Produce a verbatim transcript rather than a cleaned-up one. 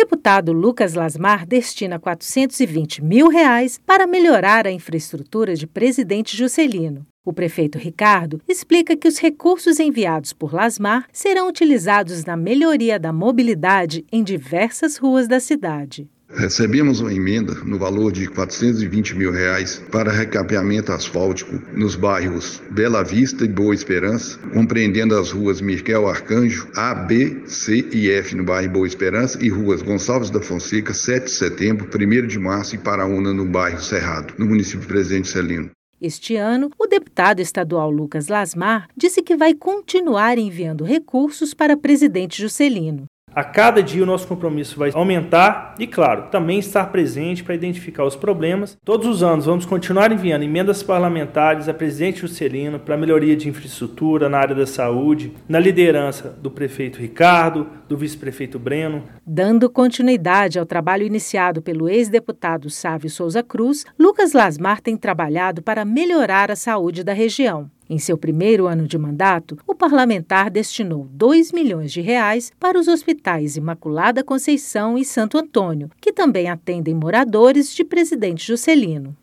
deputado Lucas Lasmar destina quatrocentos e vinte mil reais para melhorar a infraestrutura de Presidente Juscelino. O prefeito Ricardo explica que os recursos enviados por Lasmar serão utilizados na melhoria da mobilidade em diversas ruas da cidade. Recebemos uma emenda no valor de quatrocentos e vinte mil reais para recapeamento asfáltico nos bairros Bela Vista e Boa Esperança, compreendendo as ruas Mirkel Arcanjo, A, B, C e F no bairro Boa Esperança e ruas Gonçalves da Fonseca, sete de setembro, primeiro de março e Paraúna no bairro Cerrado, no município de Presidente Juscelino. Este ano, o deputado estadual Lucas Lasmar disse que vai continuar enviando recursos para Presidente Juscelino. A cada dia o nosso compromisso vai aumentar e, claro, também estar presente para identificar os problemas. Todos os anos vamos continuar enviando emendas parlamentares a Presidente Juscelino para melhoria de infraestrutura na área da saúde, na liderança do prefeito Ricardo, do vice-prefeito Breno. Dando continuidade ao trabalho iniciado pelo ex-deputado Sávio Souza Cruz, Lucas Lasmar tem trabalhado para melhorar a saúde da região. Em seu primeiro ano de mandato, o parlamentar destinou dois milhões de reais para os hospitais Imaculada Conceição e Santo Antônio, que também atendem moradores de Presidente Juscelino.